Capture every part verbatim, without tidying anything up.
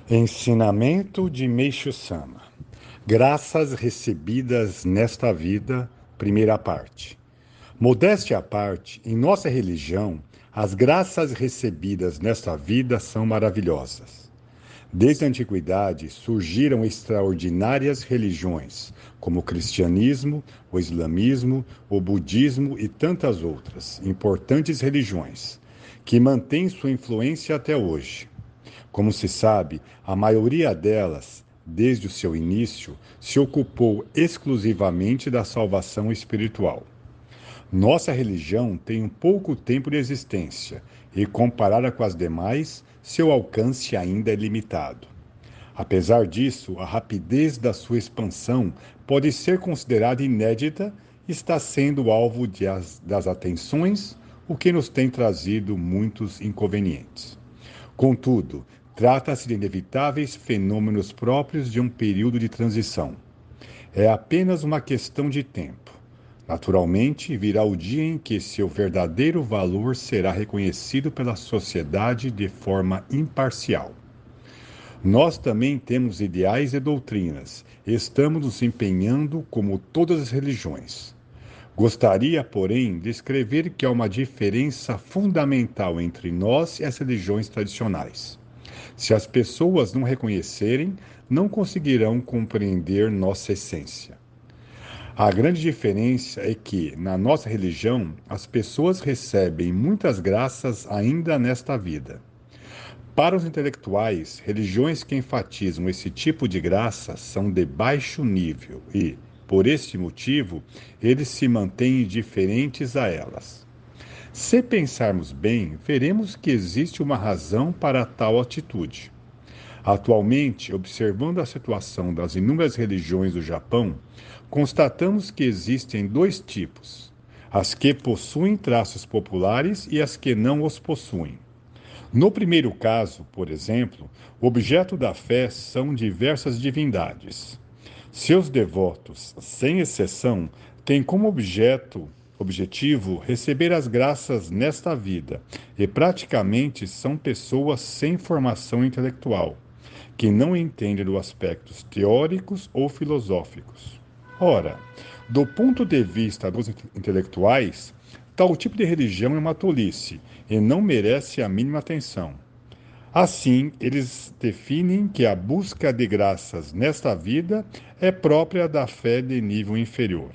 Ensinamento de Meixo Sama. Graças recebidas nesta vida, primeira parte. Modéstia à parte, em nossa religião, as graças recebidas nesta vida são maravilhosas. Desde a antiguidade surgiram extraordinárias religiões, como o cristianismo, o islamismo, o budismo e tantas outras, importantes religiões, que mantêm sua influência até hoje. Como se sabe, a maioria delas, desde o seu início, se ocupou exclusivamente da salvação espiritual. Nossa religião tem um pouco tempo de existência e, comparada com as demais, seu alcance ainda é limitado. Apesar disso, a rapidez da sua expansão pode ser considerada inédita e está sendo alvo de as, das atenções, o que nos tem trazido muitos inconvenientes. Contudo, trata-se de inevitáveis fenômenos próprios de um período de transição. É apenas uma questão de tempo. Naturalmente, virá o dia em que seu verdadeiro valor será reconhecido pela sociedade de forma imparcial. Nós também temos ideais e doutrinas, e estamos nos empenhando como todas as religiões. Gostaria, porém, de escrever que há uma diferença fundamental entre nós e as religiões tradicionais. Se as pessoas não reconhecerem, não conseguirão compreender nossa essência. A grande diferença é que, na nossa religião, as pessoas recebem muitas graças ainda nesta vida. Para os intelectuais, religiões que enfatizam esse tipo de graça são de baixo nível e, por este motivo, eles se mantêm indiferentes a elas. Se pensarmos bem, veremos que existe uma razão para tal atitude. Atualmente, observando a situação das inúmeras religiões do Japão, constatamos que existem dois tipos: as que possuem traços populares e as que não os possuem. No primeiro caso, por exemplo, o objeto da fé são diversas divindades. Seus devotos, sem exceção, têm como objeto, objetivo receber as graças nesta vida e praticamente são pessoas sem formação intelectual, que não entendem dos aspectos teóricos ou filosóficos. Ora, do ponto de vista dos intelectuais, tal tipo de religião é uma tolice e não merece a mínima atenção. Assim, eles definem que a busca de graças nesta vida é própria da fé de nível inferior.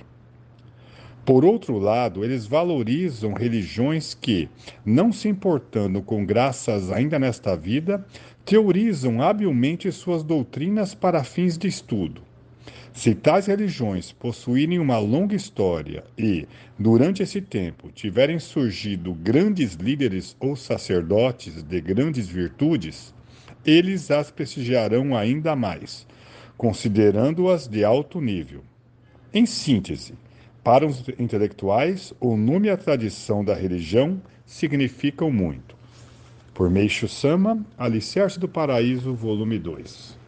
Por outro lado, eles valorizam religiões que, não se importando com graças ainda nesta vida, teorizam habilmente suas doutrinas para fins de estudo. Se tais religiões possuírem uma longa história e, durante esse tempo, tiverem surgido grandes líderes ou sacerdotes de grandes virtudes, eles as prestigiarão ainda mais, considerando-as de alto nível. Em síntese, para os intelectuais, o nome e a tradição da religião significam muito. Por Meixo Sama, Alicerce do Paraíso, volume dois.